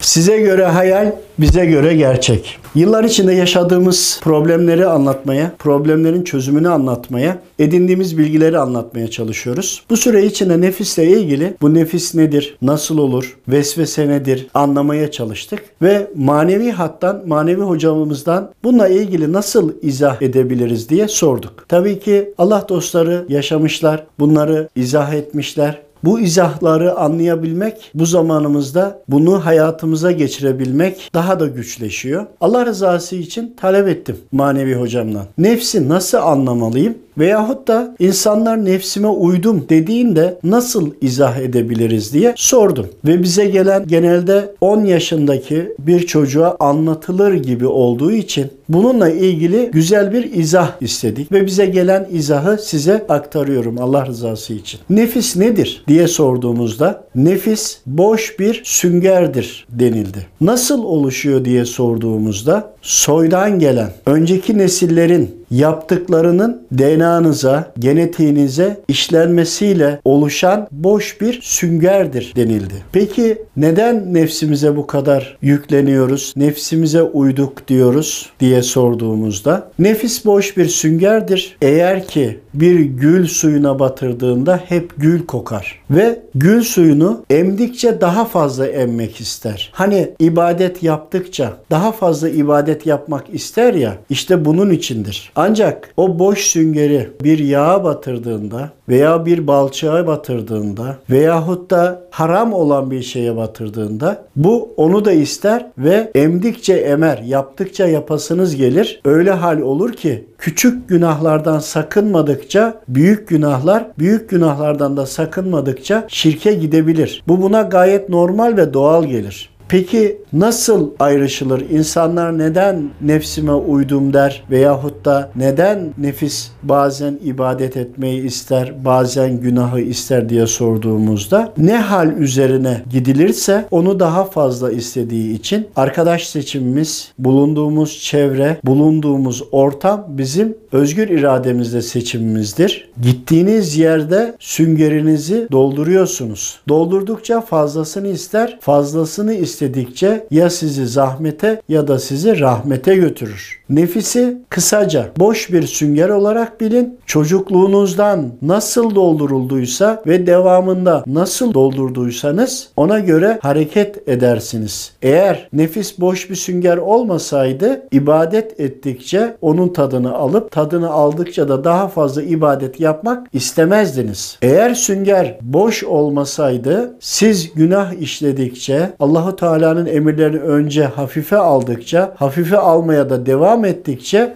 Size göre hayal, bize göre gerçek. Yıllar içinde yaşadığımız problemleri anlatmaya, problemlerin çözümünü anlatmaya, edindiğimiz bilgileri anlatmaya çalışıyoruz. Bu süre içinde nefisle ilgili bu nefis nedir, nasıl olur, vesvese nedir anlamaya çalıştık. Ve manevi hattan, manevi hocamızdan bununla ilgili nasıl izah edebiliriz diye sorduk. Tabii ki Allah dostları yaşamışlar, bunları izah etmişler. Bu izahları anlayabilmek, bu zamanımızda bunu hayatımıza geçirebilmek daha da güçleşiyor. Allah rızası için talep ettim manevi hocamdan. Nefsi nasıl anlamalıyım? Veyahut da insanlar nefsime uydum dediğinde nasıl izah edebiliriz diye sordum. Ve bize gelen genelde 10 yaşındaki bir çocuğa anlatılır gibi olduğu için bununla ilgili güzel bir izah istedik. Ve bize gelen izahı size aktarıyorum Allah rızası için. Nefis nedir diye sorduğumuzda nefis boş bir süngerdir denildi. Nasıl oluşuyor diye sorduğumuzda soydan gelen, önceki nesillerin yaptıklarının DNA'nıza, genetiğinize işlenmesiyle oluşan boş bir süngerdir denildi. Peki neden nefsimize bu kadar yükleniyoruz, nefsimize uyduk diyoruz diye sorduğumuzda nefis boş bir süngerdir. Eğer ki bir gül suyuna batırdığında hep gül kokar ve gül suyunu emdikçe daha fazla emmek ister. Hani ibadet yaptıkça daha fazla ibadet yapmak ister ya, işte bunun içindir. Ancak o boş süngeri bir yağa batırdığında veya bir balçığa batırdığında veyahut da haram olan bir şeye batırdığında bu onu da ister ve emdikçe emer, yaptıkça yapasınız gelir. Öyle hal olur ki küçük günahlardan sakınmadıkça büyük günahlar, büyük günahlardan da sakınmadıkça şirke gidebilir. Bu buna gayet normal ve doğal gelir. Peki nasıl ayrışılır? İnsanlar neden nefsime uydum der veyahut da neden nefis bazen ibadet etmeyi ister, bazen günahı ister diye sorduğumuzda ne hal üzerine gidilirse onu daha fazla istediği için arkadaş seçimimiz, bulunduğumuz çevre, bulunduğumuz ortam bizim özgür irademizle seçimimizdir. Gittiğiniz yerde süngerinizi dolduruyorsunuz. Doldurdukça fazlasını ister, fazlasını istedikçe ya sizi zahmete ya da sizi rahmete götürür. Nefisi kısaca boş bir sünger olarak bilin. Çocukluğunuzdan nasıl doldurulduysa ve devamında nasıl doldurduysanız ona göre hareket edersiniz. Eğer nefis boş bir sünger olmasaydı ibadet ettikçe onun tadını alıp tadını aldıkça da daha fazla ibadet yapmak istemezdiniz. Eğer sünger boş olmasaydı siz günah işledikçe Allahu Teala'nın emirlerini önce hafife aldıkça, hafife almaya da devam ettikçe,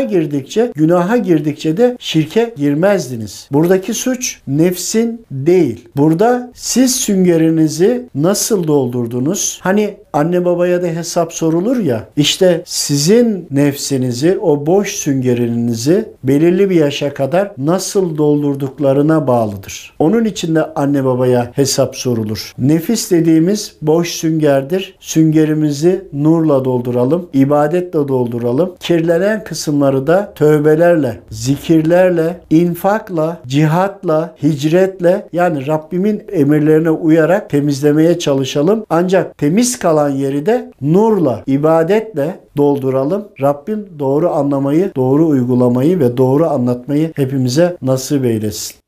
günaha girdikçe de şirke girmezdiniz. Buradaki suç nefsin değil. Burada siz süngerinizi nasıl doldurdunuz? Hani anne babaya da hesap sorulur ya, işte sizin nefsinizi, o boş süngerinizi belirli bir yaşa kadar nasıl doldurduklarına bağlıdır. Onun için de anne babaya hesap sorulur. Nefis dediğimiz boş süngerdir. Süngerimizi nurla dolduralım, ibadetle dolduralım. Kirlenen kısımları da tövbelerle, zikirlerle, infakla, cihatla, hicretle yani Rabbimin emirlerine uyarak temizlemeye çalışalım. Ancak temiz kalan yeri de nurla, ibadetle dolduralım. Rabbim doğru anlamayı, doğru uygulamayı ve doğru anlatmayı hepimize nasip eylesin.